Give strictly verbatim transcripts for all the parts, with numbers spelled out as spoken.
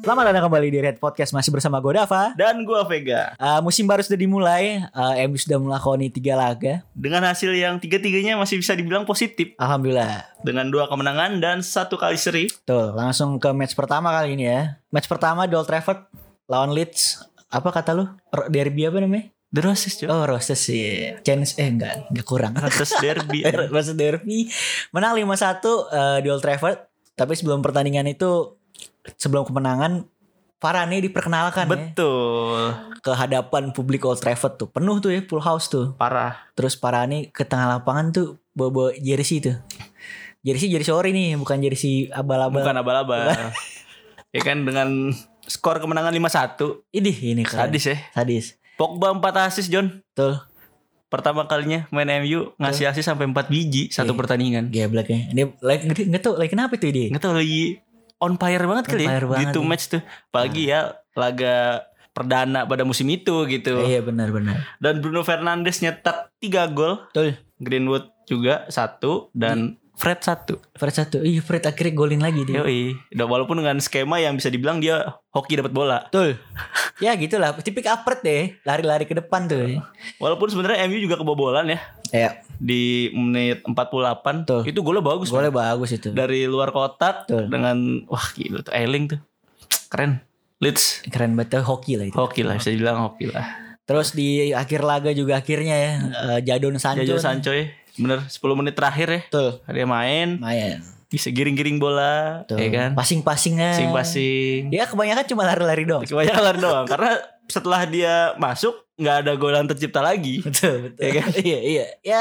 Selamat datang kembali di Red Podcast, masih bersama gue Dava dan gue Vega. uh, Musim baru sudah dimulai, uh, M U sudah melakoni tiga laga dengan hasil yang tiga-tiganya masih bisa dibilang positif. Alhamdulillah. Dengan dua kemenangan dan satu kali seri. Tuh, langsung ke match pertama kali ini ya. Match pertama di Old Trafford lawan Leeds. Apa kata lu? Derby apa namanya? The Roses, cuy. Oh, Roses sih. Chance eh enggak, enggak kurang. Roses Derby. Roses Derby. Menang lima satu uh, di Old Trafford. Tapi sebelum pertandingan itu, sebelum kemenangan, Varane diperkenalkan. Betul. Ya, ke hadapan publik Old Trafford tuh. Penuh tuh ya, full house tuh. Parah. Terus Varane ke tengah lapangan tuh bawa jersey tuh. Jersey jersey ori nih, bukan jersey abal-abal. Bukan abal-abal. Ya kan, dengan skor kemenangan lima satu. Ini ini keren. Sadis ya. Sadis. Pogba empat assist, John. Betul. Pertama kalinya main M U ngasih assist sampai empat biji satu Iya. pertandingan. Geblek ya. Ini like enggak tahu like kenapa tuh dia? Enggak tahu lagi on fire banget On kali fire ya banget gitu ya. match tuh. Apalagi ya laga perdana pada musim itu gitu. Iya benar-benar. Dan Bruno Fernandes nyetak tiga gol. Betul. Greenwood juga satu dan Fred satu. Fred satu. Iya, Fred akhirnya golin lagi dia. Yoi. Dan walaupun dengan skema yang bisa dibilang dia hoki dapat bola. Betul. Ya gitulah, tipik Fred deh, lari-lari ke depan tuh. Walaupun sebenarnya M U juga kebobolan ya. Ya. Di menit empat puluh delapan Tuh. itu golnya bagus. Golnya man. bagus itu. Dari luar kotak. Tuh. Dengan wah gila tuh Eiling tuh. Keren. Leeds. Keren banget, hoki lah itu. Hoki lah, bisa dibilang hoki lah. Terus di akhir laga juga akhirnya ya, uh, Jadon Sancho. Jadon Sancho ya. Bener sepuluh menit terakhir ya. Betul. Dia main. Main. Bisa giring-giring bola. Tuh. Ya kan. Passing-passingnya. Passing-passing. Ya kebanyakan cuma lari-lari doang. Kebanyakan lari doang. Karena setelah dia masuk nggak ada gol yang tercipta lagi. Betul, betul. Ya kan? Iya, iya. Ya.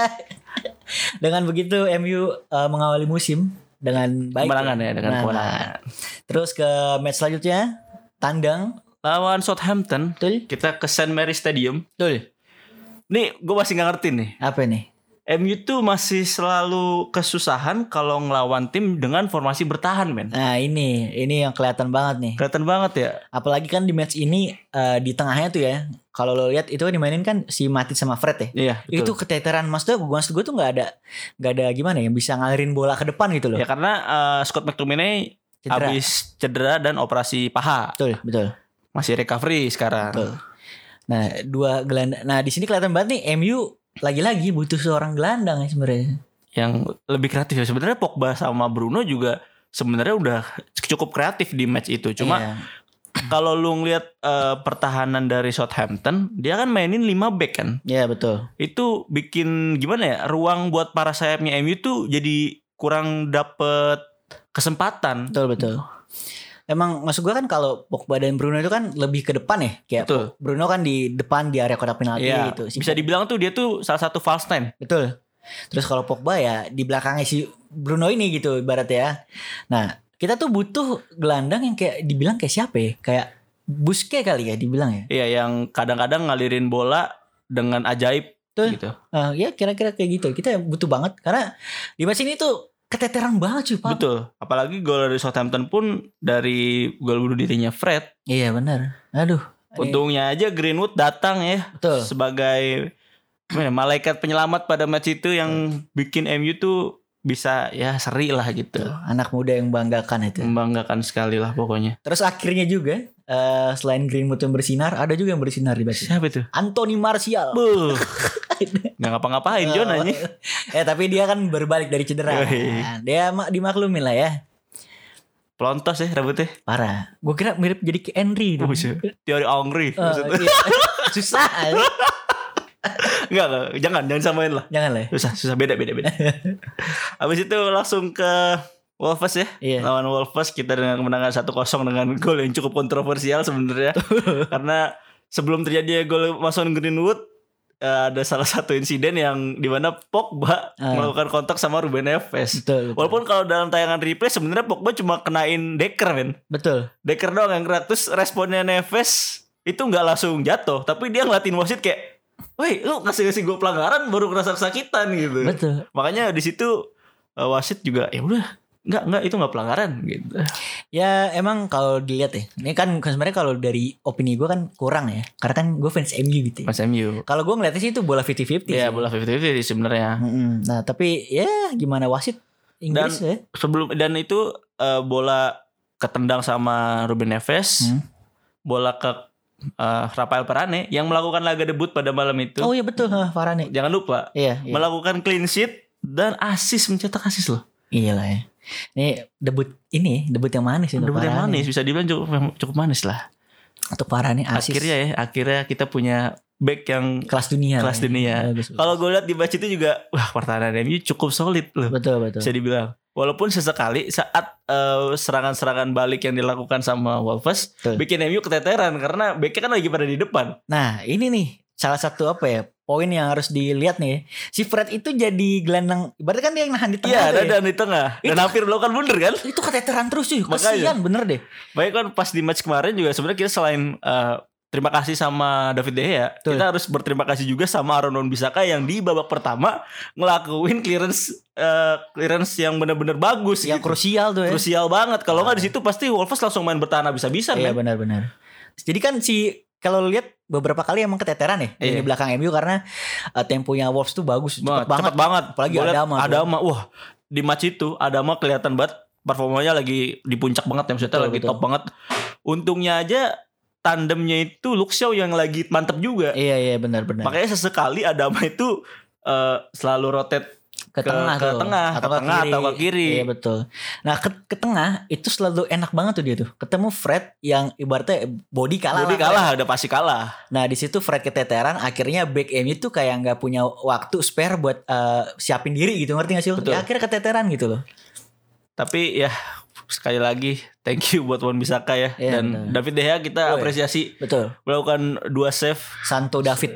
Dengan begitu M U uh, mengawali musim dengan baik. Kemenangan ya, dengan Kemenangan. kemenangan. Terus ke match selanjutnya, tandang Lawan Southampton. Betul. Kita ke Saint Mary Stadium. Betul. Nih gue masih gak ngerti nih. Apa nih? M U tuh masih selalu kesusahan kalau ngelawan tim dengan formasi bertahan, men. Nah ini, ini yang kelihatan banget nih. Kelihatan banget ya. Apalagi kan di match ini uh, di tengahnya tuh ya. Kalau lo lihat itu kan dimainin kan si Matic sama Fred ya. Iya, betul. Itu keteteran, maksudnya gue maksud gue tuh nggak ada nggak ada gimana ya bisa ngalirin bola ke depan gitu loh. Ya karena uh, Scott McTominay Cedera. habis cedera dan operasi paha. Betul, betul. Masih recovery sekarang. Betul. Nah dua gelandang. Nah di sini kelihatan banget nih M U lagi-lagi butuh seorang gelandang ya sebenarnya. Yang lebih kreatif ya. Sebenarnya Pogba sama Bruno juga sebenarnya udah cukup kreatif di match itu. Cuma Iya. kalau lu ngeliat uh, pertahanan dari Southampton, dia kan mainin lima back kan. Iya betul. Itu bikin gimana ya, ruang buat para sayapnya M U tuh jadi kurang dapet kesempatan. Betul betul. Emang maksud gue kan kalau Pogba dan Bruno itu kan lebih ke depan ya. Kayak Betul. Bruno kan di depan di area kotak penalti Iya, gitu. Si bisa dibilang tuh dia tuh salah satu false nine. Betul. Terus kalau Pogba ya di belakangnya si Bruno ini gitu ibaratnya ya. Nah kita tuh butuh gelandang yang kayak dibilang kayak siapa ya? Kayak Busquets kali ya dibilang ya. Iya, yang kadang-kadang ngalirin bola dengan ajaib. Betul. Gitu. Nah, ya kira-kira kayak gitu. Kita butuh banget karena di match ini tuh keteteran banget cuy Pak. Betul. Apalagi gol dari Southampton pun dari gol bunuh dirinya Fred. Iya benar. Aduh. Untungnya aja Greenwood datang ya. Betul. Sebagai gimana, malaikat penyelamat pada match itu yang bikin M U tuh bisa ya seri lah gitu. Tuh, anak muda yang banggakan itu. Membanggakan sekali lah pokoknya. Terus akhirnya juga uh, selain Greenwood yang bersinar, ada juga yang bersinar di match. Siapa itu? Anthony Martial. Buh. Gak ngapa-ngapain John aja. Eh tapi dia kan berbalik dari cedera. Yoi. Nah, dia mak dimaklumin lah ya. Pelontos ya rambutnya. Parah. Gue kira mirip jadi ke Henry. Oh, teori Henry. Uh, iya. Susah. Enggak, enggak, jangan, jangan samain lah. Jangan lah. Susah, susah beda, beda, beda. Habis itu langsung ke Wolves ya. Iya. Lawan Wolves kita dengan kemenangan satu kosong dengan gol yang cukup kontroversial sebenarnya. Karena sebelum terjadi gol Mason Greenwood, ada salah satu insiden yang dimana Pogba uh. melakukan kontak sama Ruben Neves. Betul, betul. Walaupun kalau dalam tayangan replay sebenarnya Pogba cuma kenain Decker, men. Betul. Decker doang yang kena. Terus responnya Neves itu nggak langsung jatuh, tapi dia ngeliatin wasit kayak, woi, lu ngasih-ngasih gue pelanggaran baru kerasa kesakitan gitu. Betul. Makanya di situ uh, wasit juga ya udah. Enggak, enggak itu enggak pelanggaran gitu. Ya emang kalau dilihat ya, ini kan sebenarnya kalau dari opini gue kan kurang ya, karena kan gue fans M U gitu. Ya. Mas M U. Kalau gue ngeliatnya sih itu bola fifty fifty. Iya, bola fifty fifty sebenarnya. Mm-mm. Nah tapi ya gimana wasit Inggris dan ya. Sebelum dan itu uh, bola ketendang sama Ruben Neves. Hmm. Bola ke uh, Rafael Varane yang melakukan laga debut pada malam itu. Oh iya betul, ha, Varane. Jangan lupa. Iya, iya. Melakukan clean sheet dan asis, mencetak asis loh. Iya lah ya. Ini debut ini, debut yang manis itu. Debut yang manis, bisa dibilang cukup cukup manis lah. Untuk Varane asis. Akhirnya ya, akhirnya kita punya back yang kelas dunia. Kelas ya. dunia. Kalau gue lihat di batch itu juga, wah pertahanan M U cukup solid loh. Betul betul. Bisa dibilang. Walaupun sesekali saat uh, serangan-serangan balik yang dilakukan sama Wolves, betul, bikin M U keteteran karena backnya kan lagi pada di depan. Nah ini nih salah satu apa ya poin yang harus dilihat nih. Si Fred itu jadi gelandang, berarti kan dia yang nahan di tengah. Iya, dan ya? di tengah. Dan itu, hampir melakukan blunder kan? Itu keteteran terus sih. Kasian bener deh. Baik kan pas di match kemarin juga sebenarnya kita selain uh, terima kasih sama David De Gea, betul, kita harus berterima kasih juga sama Aaron Wan-Bissaka yang di babak pertama ngelakuin clearance uh, clearance yang benar-benar bagus, yang gitu. Krusial tuh ya. Krusial banget. Kalau nggak nah, di situ pasti Wolves langsung main bertahan habis-habisan. Iya benar-benar. Jadi kan si kalau lihat beberapa kali emang keteteran ya iya, di belakang M U karena uh, temponya Wolves tuh bagus, cepet banget. Cepet banget. Apalagi Adama. Adama, wah di match itu Adama kelihatan banget performanya lagi di puncak banget ya, maksudnya betul, lagi betul, top banget. Untungnya aja tandemnya itu Luke Shaw yang lagi mantep juga. Iya iya benar-benar. Makanya sesekali Adama itu uh, selalu rotate ke, ke tengah ke tuh. tengah atau ke ke tengah kiri. atau ke kiri. Iya betul. Nah ke, ke tengah itu selalu enak banget tuh dia tuh. Ketemu Fred yang ibaratnya body kalah. Body kalah, udah pasti kalah. Nah di situ Fred keteteran, akhirnya back M U tuh kayak nggak punya waktu spare buat uh, siapin diri gitu, ngerti nggak sih? Ya, akhirnya keteteran gitu loh. Tapi ya sekali lagi thank you buat Wan-Bissaka ya, ya dan bener. David De Gea kita oh, apresiasi. Betul. Melakukan dua save. Santo David.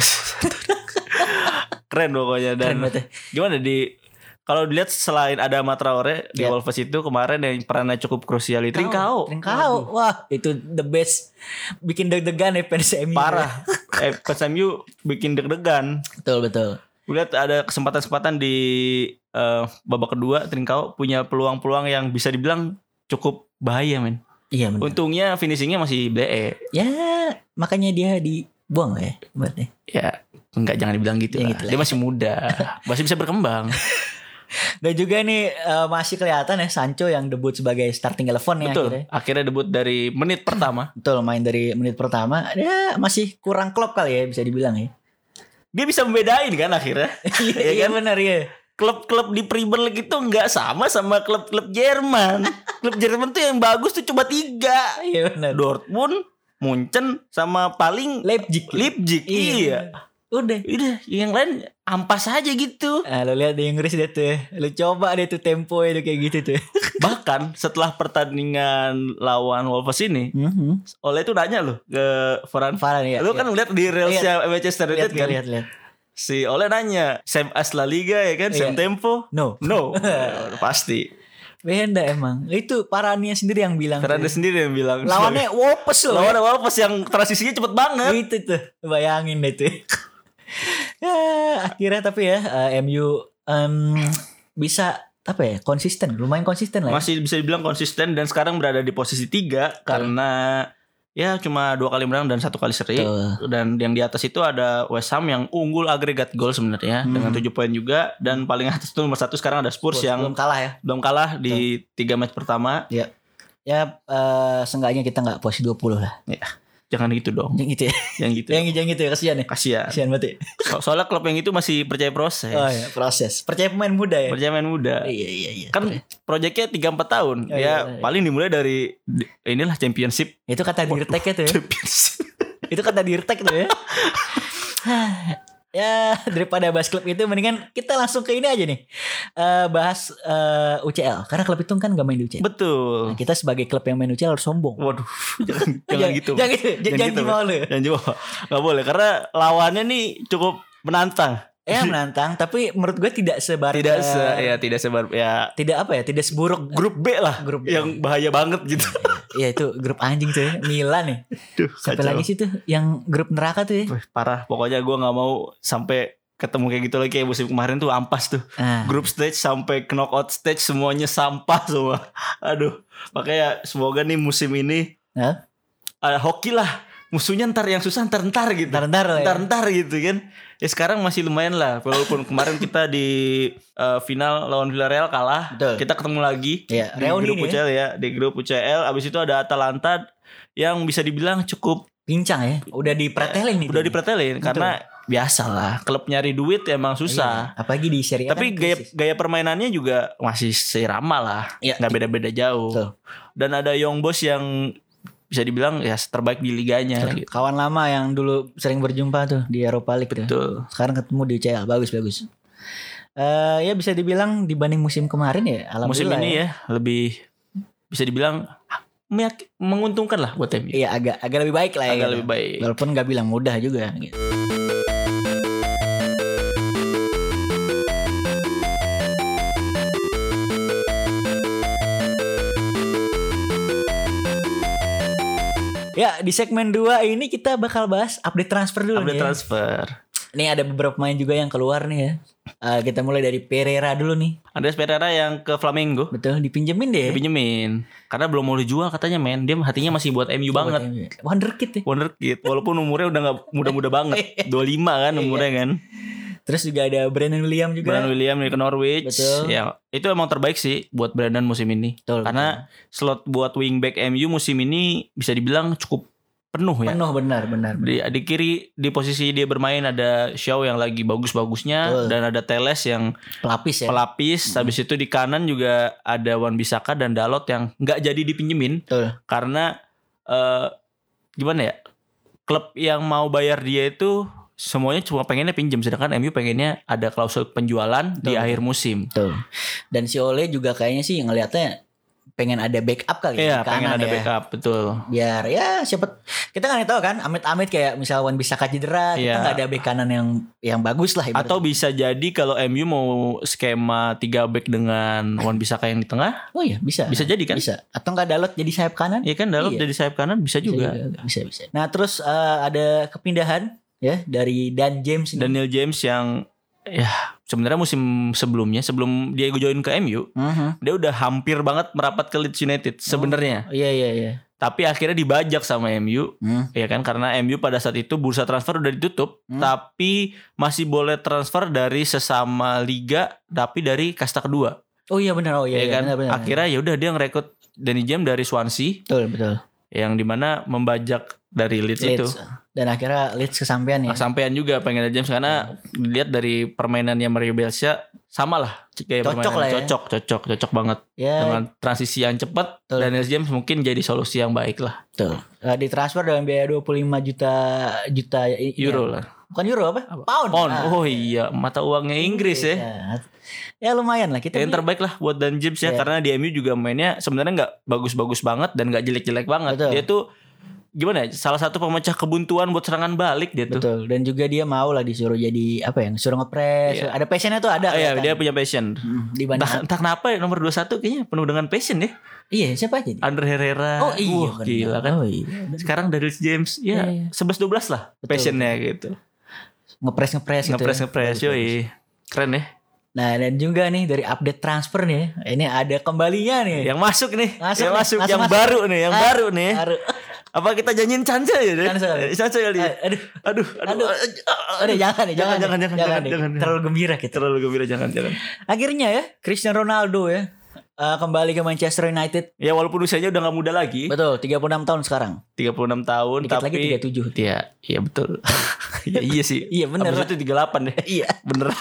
Keren pokoknya. Dan keren gimana di kalau dilihat selain ada Traoré di yeah, Wolves itu kemarin yang perannya cukup krusial itu Trincao. Trincao. Wah, itu the best. Bikin deg-degan ya fans M U. Parah. eh fans M U bikin deg-degan. Betul betul. Lihat ada kesempatan-kesempatan di uh, babak kedua Trincao punya peluang-peluang yang bisa dibilang cukup bahaya men. Iya benar. Untungnya finishingnya masih ble. Ya makanya dia dibuang ya berarti. Ya enggak, jangan dibilang gitu, lah. Gitu dia masih muda, masih bisa berkembang. Dan juga nih uh, masih kelihatan ya Sancho yang debut sebagai starting eleven ya. Betul. Akhirnya. Akhirnya debut dari menit pertama. Betul, main dari menit pertama. Dia masih kurang klop kali ya bisa dibilang ya. Dia bisa membedain kan akhirnya. Iya kan? Benar ya. Klub-klub di Premier League itu nggak sama sama klub-klub Jerman. Klub Jerman tuh yang bagus tuh cuma tiga. Iya benar. Dortmund, Munchen, sama paling Leipzig. Leipzig. Iya. iya. Udah. Udah. Yang lain ampas aja gitu. Ah, lo lihat di Inggris deh tuh. Lo coba deh tuh tempo itu kayak gitu tuh. Bahkan setelah pertandingan lawan Wolves ini, mm-hmm, Ole tuh nanya loh ke Varane. Varane ya. Lo kan ya. lihat di Reelsnya Manchester United kan. Lihat, lihat. Si Ole nanya, same as La Liga ya kan, same yeah, tempo? No. No. Pasti. Beda emang. Itu Varane sendiri yang bilang. Varane sendiri yang bilang. Lawannya Wolves loh. Lawannya Wolves yang transisinya cepet banget. Itu tuh. Bayangin deh tuh. Ya, akhirnya tapi ya uh, M U um, bisa apa ya konsisten, lumayan konsisten lah. Ya. Masih bisa dibilang konsisten dan sekarang berada di posisi tiga karena ya cuma dua kali menang dan satu kali seri. Tuh. Dan yang di atas itu ada West Ham yang unggul agregat gol sebenarnya hmm, dengan tujuh poin juga, dan paling atas itu nomor satu sekarang ada Spurs, Spurs yang belum kalah ya. Belum kalah di tiga match pertama. Ya. Ya uh, seenggaknya kita enggak posisi dua puluh lah. Ya. Jangan gitu dong. Yang gitu ya. Yang gitu. Yang jangan gitu ya, kasihan ya. Kasihan. Kasihan berarti. So, soalnya klub yang itu masih percaya proses. Oh iya, proses. Percaya pemain muda ya. Percaya pemain muda. Iya iya iya. Kan proyeknya tiga empat tahun. Oh, ya iya, iya. Paling dimulai dari inilah championship. Itu kata Dirtek itu ya. Championship. Itu kata Dirtek tuh ya. Ya daripada bahas klub itu mendingan kita langsung ke ini aja nih, uh, bahas uh, U C L karena klub itu kan gak main di U C L. Betul. Nah, kita sebagai klub yang main U C L harus sombong. Jangan jangan, jangan gitu. Jangan gitu. Jangan, jangan gitu. Mau lu. Jangan coba. Gak boleh karena lawannya nih cukup menantang. Ya menantang, tapi menurut gue tidak sebar. Tidak se, ya tidak sebar ya. Tidak apa ya, tidak seburuk grup B lah. Grup B. Yang bahaya banget gitu. Iya itu grup anjing tuh ya. Milan nih. Duh, sampai lagi sih tuh yang grup neraka tuh ya. Wih, parah. Pokoknya gue gak mau sampai ketemu kayak gitu lagi kayak musim kemarin tuh ampas tuh. Ah. Grup stage sampai knockout stage semuanya sampah semua. Aduh. Makanya semoga nih musim ini huh? uh, hoki lah. musuhnya ntar yang susah ntar-ntar gitu. Ntar-ntar lah ya. Ntar-ntar gitu kan. Ya sekarang masih lumayan lah. Walaupun kemarin kita di uh, final lawan Villarreal kalah. Betul. Kita ketemu lagi Ya, di reuni grup nih U C L ya. Di grup U C L. Abis itu ada Atalanta yang bisa dibilang cukup Pincang ya. Udah dipretelin nih. udah dipretelin. Karena biasalah klub nyari duit emang susah. Iya, apalagi di Serie A. Tapi kan gaya krisis. gaya permainannya juga masih seirama lah. Iya. Nggak beda-beda jauh. Betul. Dan ada Young Boys yang bisa dibilang ya terbaik di liganya gitu. Kawan lama yang dulu sering berjumpa tuh di Europa League tuh. Betul. Sekarang ketemu di U C L. Bagus bagus. Eh ya bisa dibilang dibanding musim kemarin ya. Musim Alhamdulillah ini ya. ya lebih bisa dibilang meyak- menguntungkan lah buat M U. Iya agak agak lebih baik lah ya. Agak gitu. lebih baik. Walaupun nggak bilang mudah juga. Gitu. Ya di segmen dua ini kita bakal bahas update transfer dulu Update nih. ya. transfer. Nih ada beberapa pemain juga yang keluar nih ya. Eh, kita mulai dari Pereira dulu nih. Ada Pereira yang ke Flamengo Betul dipinjemin deh. dipinjemin karena belum mau dijual katanya men. Dia hatinya masih buat M U banget. Wonderkid ya. Wonderkid walaupun umurnya udah gak muda-muda banget. dua puluh lima kan umurnya kan. Terus juga ada Brandon William juga. Brandon William dari ke Norwich. Betul. Ya, itu emang terbaik sih buat Brandon musim ini. Betul, Karena slot buat wingback M U musim ini bisa dibilang cukup penuh ya. Penuh benar benar. Di, di kiri di posisi dia bermain ada Shaw yang lagi bagus-bagusnya. Betul. Dan ada Teles yang Pelapis ya. pelapis. Habis itu di kanan juga ada Wan-Bissaka dan Dalot yang nggak jadi dipinjemin. Betul. Karena eh, gimana ya, klub yang mau bayar dia itu semuanya cuma pengennya pinjam, sedangkan M U pengennya ada klausul penjualan di Betul. akhir musim. Betul. Dan si Ole juga kayaknya sih ngelihatnya pengen ada backup kali Iya, ya di kanan pengen ada ya. backup, betul. Biar ya siapa kita kan tahu kan amit-amit kayak misal Wan-Bissaka cedera, kita Iya. nggak ada back kanan yang yang bagus lah ibaratnya. Atau bisa jadi kalau M U mau skema tiga back dengan Wan-Bissaka yang di tengah, Oh iya bisa. bisa jadi kan? Bisa. Atau nggak Dalot jadi sayap kanan? Iya kan, Dalot Iya. jadi sayap kanan bisa, Bisa juga. Bisa bisa. Nah, terus eh, ada kepindahan ya dari Dan James ini. Daniel James yang ya sebenarnya musim sebelumnya sebelum dia join ke M U, Mhm. dia udah hampir banget merapat ke Leeds United sebenarnya. Oh, iya iya iya. Tapi akhirnya dibajak sama M U. Hmm. Ya kan, karena M U pada saat itu bursa transfer udah ditutup, Hmm. tapi masih boleh transfer dari sesama liga tapi dari kasta kedua. Oh iya benar. Oh iya, ya iya kan? benar, benar. Akhirnya ya udah dia ngerekrut Danny James dari Swansea betul betul. yang dimana membajak dari Leeds, itu. Leeds. Dan akhirnya Leeds kesampean ya. Nah, sampean juga pengen ada James karena dilihat dari permainannya Mario Bielsa sama lah kayak Cocok permainan. lah ya. Cocok, cocok, cocok banget Ya, dengan transisi yang cepat. Betul. Daniel James mungkin jadi solusi yang baik lah. betul. Eh, ditransfer dengan biaya dua puluh lima juta juta i- Euro ya. lah. Bukan euro apa? Pound. Pound. Ah. Oh iya, mata uangnya Inggris ya. Ya. Ya lumayan lah kita. Yang beli- terbaik lah buat Dan James ya, Iya. karena di M U juga mainnya sebenarnya nggak bagus-bagus banget dan nggak jelek-jelek banget. Betul. Dia tuh gimana ya, salah satu pemecah kebuntuan buat serangan balik dia tuh. Betul. Dan juga dia mau lah disuruh jadi apa ya? Suruh ngepres. Iya. Ada passionnya tuh ada. Oh, iya, kelihatan. dia punya passion. Hmm, dibanding Entah, entah kenapa ya, nomor dua puluh satu kayaknya penuh dengan passion ya. Iya, siapa aja dia? Andre Herrera. Oh iya, Wah, benar. gila kan. Oh iya. Sekarang Daniel James ya Iya, iya. sebelas dua belas lah Betul, passionnya gitu. Ngepres ngepres gitu. Ngepres ya. ngepres Bagus, bagus. yoi. Keren ya. Nah, dan juga nih dari update transfer nih. Ini ada kembalinya nih. Yang masuk nih, Masuk yang nih, masuk, masuk, yang masuk. baru nih, yang Ah, baru nih. Baru. Apa kita janjiin Canca ya? deh? Canca. Canca kali. Eh, Aduh. Aduh, aduh, Aduh. Aduh, jangan nih, jangan, jangan, nih. jangan, jangan, jangan, jangan, nih. jangan. Terlalu gembira kita. Terlalu gembira, jangan, jangan. Akhirnya ya, Cristiano Ronaldo ya eh, kembali ke Manchester United. Ya walaupun usianya udah gak muda lagi, Betul, tiga puluh enam tahun sekarang. tiga puluh enam tahun, Dikit tapi lagi tiga puluh tujuh. Iya, iya betul. ya, iya sih. Iya, bener. Abis itu tiga puluh delapan deh. Iya. Bener.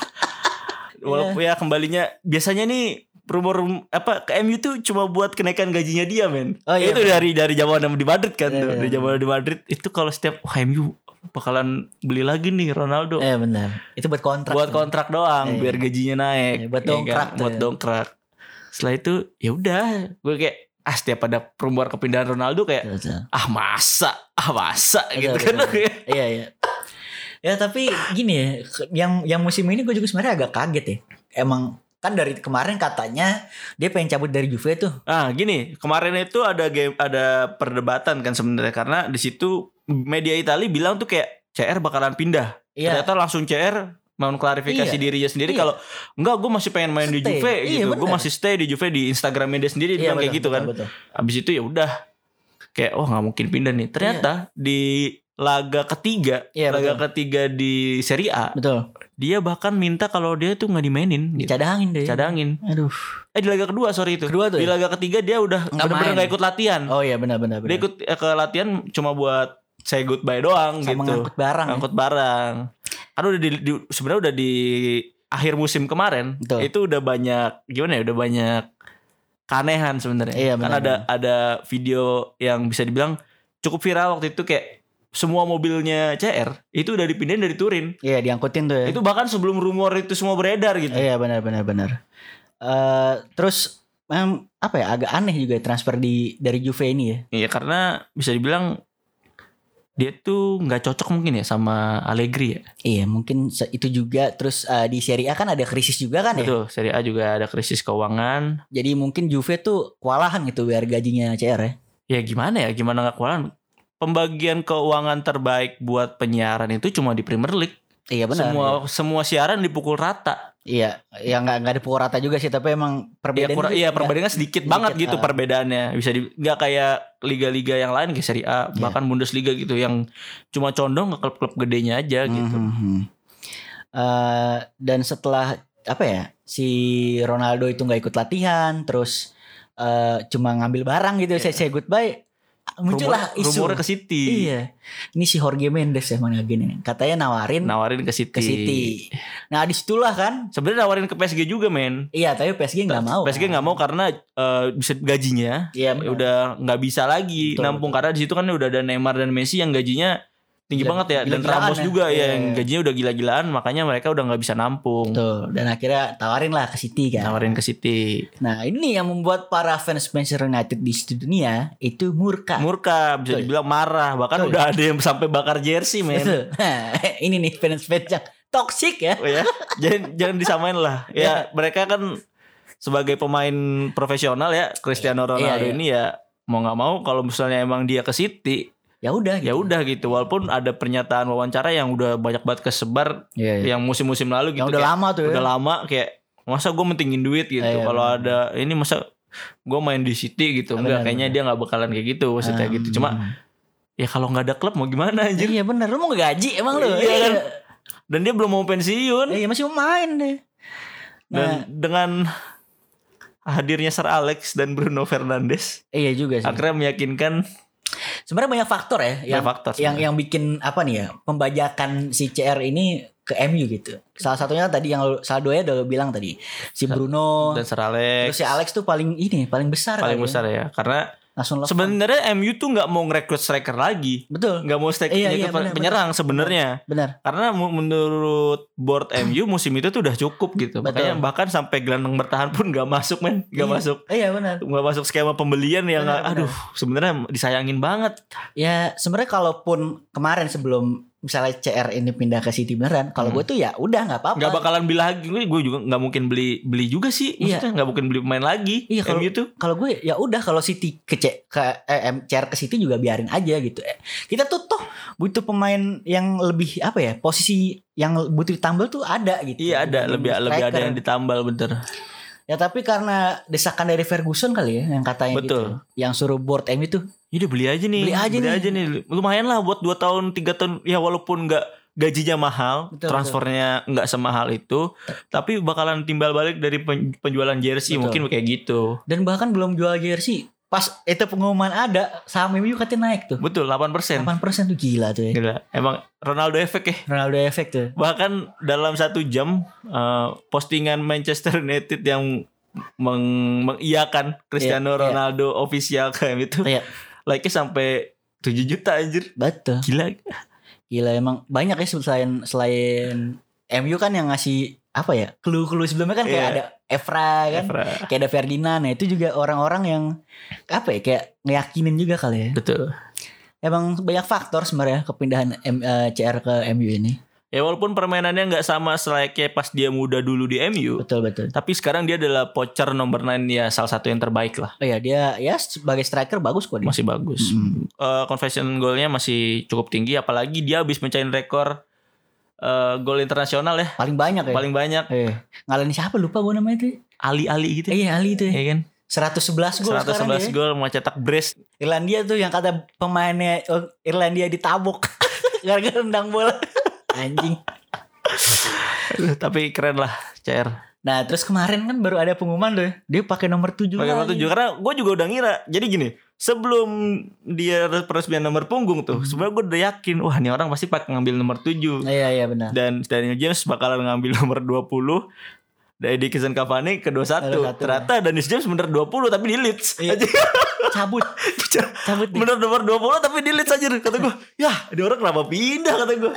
Walaupun ya kembalinya biasanya nih rumor apa ke M U tuh cuma buat kenaikan gajinya dia men. Oh, iya, itu bener. dari dari zaman di Madrid kan Iya, tuh. iya, Dari zaman di Madrid itu kalau setiap wah M U bakalan beli lagi nih Ronaldo. Eh benar. Itu buat kontrak. buat kontrak doang Iya. biar gajinya naik. Iya, buat Ya dongkrak kan? tuh Buat ya. dongkrak. Setelah itu ya udah gue kayak ah setiap ada rumor kepindahan Ronaldo kayak Betul. ah masa ah masa Betul, gitu betul, kan. betul. Iya, iya. Ya tapi gini ya, yang yang musim ini gue juga sebenarnya agak kaget ya. Emang kan dari kemarin katanya dia pengen cabut dari Juve tuh. Ah gini, kemarin itu ada game ada perdebatan kan sebenarnya karena di situ media Italia bilang tuh kayak C R bakalan pindah. Iya. Ternyata langsung C R mau klarifikasi Iya. dirinya sendiri Iya. kalau enggak gue masih pengen main di Stay. Juve Iya, gitu. Gue bener. masih stay di Juve di Instagramnya dia sendiri dia Iya, bilang kayak betul, gitu kan. betul, betul. Abis itu ya udah kayak oh nggak mungkin pindah nih. Ternyata iya. di laga ketiga, iya, laga betul. ketiga di Serie A, betul. Dia bahkan minta kalau dia tuh nggak dimainin, dicadangin deh. Cadangin. Aduh. Eh di laga kedua sorry itu. Kedua tuh. Di laga ketiga dia udah benar-benar nggak ikut latihan. Oh iya benar-benar. Dia ikut eh, ke latihan cuma buat say goodbye doang. Sama gitu. ngangkut barang. Ngangkut ya? barang. Karena udah di, di sebenarnya udah di akhir musim kemarin, betul. Itu udah banyak gimana ya? Udah banyak keanehan sebenarnya. Iya, kan ada ada video yang bisa dibilang cukup viral waktu itu kayak semua mobilnya C R itu udah dipindahin dari Turin. Iya, diangkutin tuh ya. Itu bahkan sebelum rumor itu semua beredar gitu. Iya, benar benar benar. Uh, terus memang apa ya, agak aneh juga transfer di dari Juve ini ya. Iya, karena bisa dibilang dia tuh nggak cocok mungkin ya sama Allegri ya. Iya, mungkin itu juga. Terus uh, di Serie A kan ada krisis juga kan ya. Betul, Serie A juga ada krisis keuangan. Jadi mungkin Juve tuh kewalahan gitu biar gajinya C R ya. Ya gimana ya, gimana nggak kewalahan? Pembagian keuangan terbaik buat penyiaran itu cuma di Premier League. Iya benar. Semua iya. semua siaran dipukul rata. Iya, ya nggak nggak dipukul rata juga sih, tapi emang perbedaannya. Iya, iya perbedaannya sedikit, sedikit banget gitu uh, perbedaannya. Bisa di nggak kayak liga-liga yang lain kayak Serie A, iya. bahkan Bundesliga gitu yang cuma condong ke klub-klub gedenya aja gitu. Mm-hmm. Uh, dan setelah apa ya, si Ronaldo itu nggak ikut latihan, terus uh, cuma ngambil barang gitu, yeah. saya say goodbye. Muncullah Rumor, isu rumornya ke City. Iya. Ini si Jorge Mendes ya mana gini. Katanya nawarin nawarin ke City. Ke City. Nah, disitulah kan sebenarnya nawarin ke P S G juga, men. Iya, tapi P S G enggak mau. P S G enggak kan? mau karena uh, bisa gajinya iya, udah enggak bisa lagi betul, nampung betul. Karena di situ kan udah ada Neymar dan Messi yang gajinya tinggi gila, banget ya, dan Ramos ya. juga ya, ya yang gajinya udah gila-gilaan, makanya mereka udah nggak bisa nampung. Tuh, dan akhirnya tawarin lah ke City kan. Tawarin ke City. Nah ini yang membuat para fans Manchester United di seluruh dunia itu murka. Murka, bisa Tuh. dibilang marah, bahkan Tuh. udah ada yang sampai bakar jersey, men. Nah, ini nih fans-fans yang toxic ya. Oh ya, jangan jangan disamain lah. Ya mereka kan sebagai pemain profesional ya, Cristiano Ronaldo iya, iya. ini ya mau nggak mau kalau misalnya emang dia ke City. Ya udah, gitu. ya udah gitu. Walaupun ada pernyataan wawancara yang udah banyak banget kesebar, yeah, yeah. yang musim-musim lalu gitu. Yang udah kayak, lama tuh. Udah ya. lama kayak masa gue mentingin duit gitu. Yeah, yeah, Kalau ada ini masa gue main di City gitu. Yeah, enggak, bener, kayaknya bener. dia nggak bakalan kayak gitu maksudnya um, gitu. Cuma ya kalau nggak ada klub mau gimana anjir? Iya benar. Lu mau gaji emang lu? Iya kan. Dan dia belum mau pensiun. Iya masih mau main deh. Nah, dan dengan hadirnya Sir Alex dan Bruno Fernandes, iya juga sih. Akhirnya meyakinkan. Sebenarnya banyak faktor ya yang faktor, yang yang bikin apa nih ya pembajakan si C R ini ke M U gitu. Salah satunya tadi yang salah dua ya udah bilang tadi si Bruno dan Sir Alex. Terus si Alex tuh paling ini paling besar. Paling besar ya, ya. Karena sebenarnya M U tuh nggak mau ngerekrut striker lagi. Betul. Nggak mau striker iya, iya, bener, penyerang sebenarnya. Benar. Karena menurut board M U musim itu tuh udah cukup gitu. Betul. Makanya bahkan sampai gelandang bertahan pun nggak masuk men, nggak iya. masuk. Iya benar. Nggak masuk skema pembelian yang bener, aduh sebenarnya disayangin banget. Ya sebenarnya kalaupun kemarin sebelum misalnya C R ini pindah ke City beneran, kalau hmm. gue tuh ya udah nggak apa-apa. Nggak bakalan beli lagi, gue juga nggak mungkin beli beli juga sih. Maksudnya nggak iya. mungkin beli pemain lagi. Iya kalau gitu. Kalau gue ya udah kalau City ke C ke eh, C R ke City juga biarin aja gitu. Eh, kita tuh toh butuh pemain yang lebih apa ya, posisi yang butuh ditambal tuh ada gitu. Iya ada, lebih striker. lebih ada yang ditambal bener. Ya tapi karena desakan dari Ferguson kali ya yang katanya betul. gitu. Yang suruh board M U tuh. Ya udah beli aja nih. Beli aja, beli nih. aja nih. Lumayan lah buat dua tahun, tiga tahun. Ya walaupun gak gajinya mahal. Betul, transfernya betul. Gak semahal itu. Tapi bakalan timbal balik dari penjualan jersey. Betul. Mungkin kayak gitu. Dan bahkan belum jual jersey. Pas itu pengumuman ada, saham M U katanya naik tuh. Betul, delapan persen. delapan persen tuh gila tuh ya. Gila. Emang Ronaldo efek ya. Ronaldo efek tuh. Bahkan dalam satu jam uh, postingan Manchester United yang meng- mengiyakan Cristiano yeah, Ronaldo yeah. official kayak itu. Yeah. Like-nya sampai tujuh juta anjir. Betul. Gila. Gila emang banyak ya selain selain M U kan yang ngasih apa ya? Clue-clue sebelumnya kan kayak yeah. ada Evra kan. Evra. Kayak ada Ferdinand. Nah, itu juga orang-orang yang apa ya? Kayak ngeyakinin juga kali ya. Betul. Emang banyak faktor sebenarnya kepindahan M, uh, C R ke M U ini. Ya walaupun permainannya gak sama selayaknya pas dia muda dulu di M U. Betul betul. Tapi sekarang dia adalah poacher nomor sembilan ya, salah satu yang terbaik lah. Oh ya dia ya sebagai striker bagus kok dia. Masih bagus. Mm-hmm. uh, Conversion goalnya masih cukup tinggi. Apalagi dia habis mencahin rekor uh, gol internasional ya. Paling banyak ya. Paling banyak. Eh, ngalahin siapa lupa gue namanya itu. Ali Ali gitu. Eh, iya Ali itu ya. Iya kan. seratus sebelas gol seratus sebelas gol mau cetak brace. Irlandia tuh yang kata pemainnya oh, Irlandia ditabok gara-gara nendang bola. Anjing. Tapi keren lah C R. Nah terus kemarin kan baru ada pengumuman tuh ya, dia pakai nomor tujuh. Pakai nomor tujuh karena gue juga udah ngira. Jadi gini, sebelum dia peresmian nomor punggung tuh, hmm. sebenarnya gue udah yakin, wah ini orang pasti pakai ngambil nomor tujuh. Iya iya benar. Dan Daniel James bakalan ngambil nomor dua puluh. Dari Edison Cavani ke dua puluh satu. Ternyata Daniel James bener dua puluh tapi di Leeds. Iya. Cabut. Cabut. Bener nomor dua puluh tapi di Leeds aja. Kata gue, ya ini orang kenapa pindah kata gue.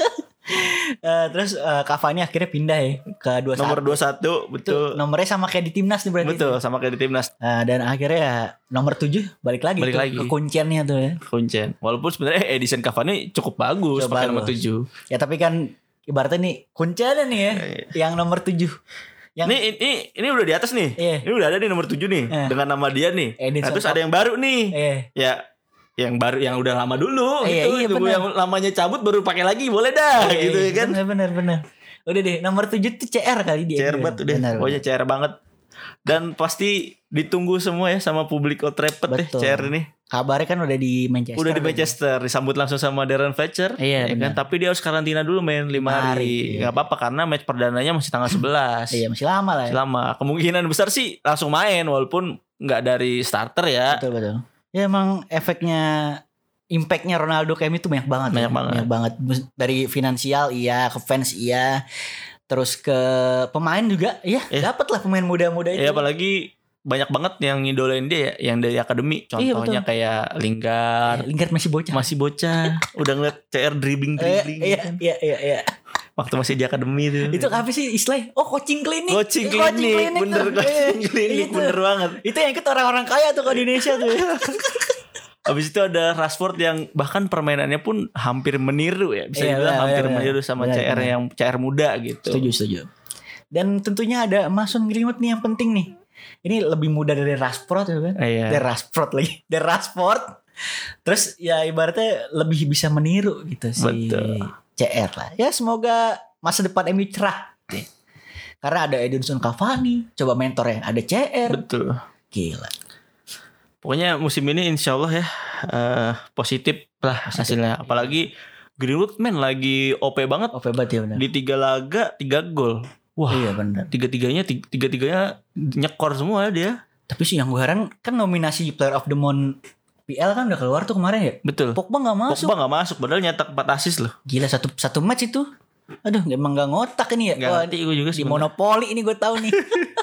uh, terus uh, Cavani akhirnya pindah ya ke dua puluh satu. Nomor dua puluh satu betul. Itu, nomornya sama kayak di timnas nih berarti. Betul, sama kayak di timnas. Uh, dan akhirnya ya nomor tujuh balik lagi balik tuh, lagi. Ke kunciannya tuh ya. Kuncian. Walaupun sebenarnya Edison Cavani cukup bagus cukup pakai bagus. Nomor tujuh. Ya tapi kan ibaratnya nih kunciannya nih ya, e. yang nomor tujuh. Yang... Ini, ini ini udah di atas nih. Iya. Ini udah ada nih nomor tujuh nih eh. dengan nama dia nih. Nah, terus ada yang baru nih. Iya. Ya yang baru yang udah lama dulu iya, gitu. Iya, Tunggu yang lamanya cabut baru pakai lagi boleh dah iya, gitu ya kan. Benar benar benar. Udah deh nomor tujuh tuh C R kali dia. C R banget udah. Pokoknya C R banget. Dan pasti ditunggu semua ya sama publik Old Trafford deh C R ini. Kabarnya kan udah di Manchester. Udah di Manchester, kan? Disambut langsung sama Darren Fletcher. Iya, ya kan? Tapi dia harus karantina dulu main lima hari. Iya. Gak apa-apa karena match perdananya masih tanggal sebelas. Iya, masih lama lah. Ya. Masih lama. Kemungkinan besar sih langsung main walaupun gak dari starter ya. Betul betul. Ya emang efeknya, impactnya Ronaldo ke M U itu banyak banget. Banyak ya. banget. Banyak banget. Dari finansial iya, ke fans iya. Terus ke pemain juga, iya. Eh. Dapat lah pemain muda-muda itu. Iya, apalagi banyak banget yang ngidolain dia ya, yang dari akademi. Contohnya iya, kayak Lingard. Eh, Lingard masih bocah. Masih bocah. Udah ngeliat C R dribbling-dribbling. Eh, iya, kan? iya, iya, iya. Waktu masih di akademi itu. Itu apa sih istilahnya? Oh, coaching klinik. Coaching klinik. Coaching klinik bener, tuh. Coaching klinik. Itu. Bener banget. Itu yang ikut orang-orang kaya tuh ke Indonesia tuh. Abis itu ada Rashford yang bahkan permainannya pun hampir meniru ya. Bisa iya, dibilang bener, hampir bener, meniru sama bener, C R bener. yang C R muda gitu. Setuju, setuju. Dan tentunya ada Mason Greenwood nih yang penting nih. Ini lebih muda dari Rashford ya kan? Iya. Dari Rashford lagi. Dari Rashford. Terus ya ibaratnya lebih bisa meniru gitu si Betul. C R lah. Ya semoga masa depan M U cerah. Karena ada Edinson Cavani. Coba mentornya ada C R. Betul. Gila. Pokoknya musim ini insya Allah ya uh, positif lah positif. Hasilnya. Apalagi Greenwood man lagi O P banget. O P banget ya benar. Di tiga laga tiga gol. Wah, iya benar. Tiga-tiganya tiga-tiganya nyekor semua dia. Tapi sih yang gue heran kan nominasi Player of the Month P L kan udah keluar tuh kemarin ya. Betul. Pogba nggak masuk. Pogba nggak masuk, padahal nyetak empat assist loh. Gila satu satu match itu. Aduh, emang nggak ngotak ini ya. Gak ngerti gue juga sih. Di monopoli ini gue tahu nih.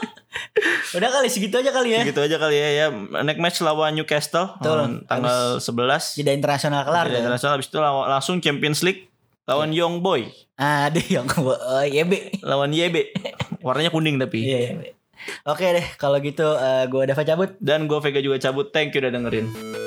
Udah kali segitu aja kali ya. Segitu aja kali ya ya. Next match lawan Newcastle um, tanggal sebelas. Jeda internasional kelar. Jeda internasional habis itu lawan, langsung Champions League lawan yeah. Young Boy. Ah, deh Young Boy. Uh, Y B. Lawan Y B. Warnanya kuning tapi. Iya, yeah, yeah. Oke deh, kalau gitu uh, gue Dava cabut dan gue Vega juga cabut. Thank you udah dengerin.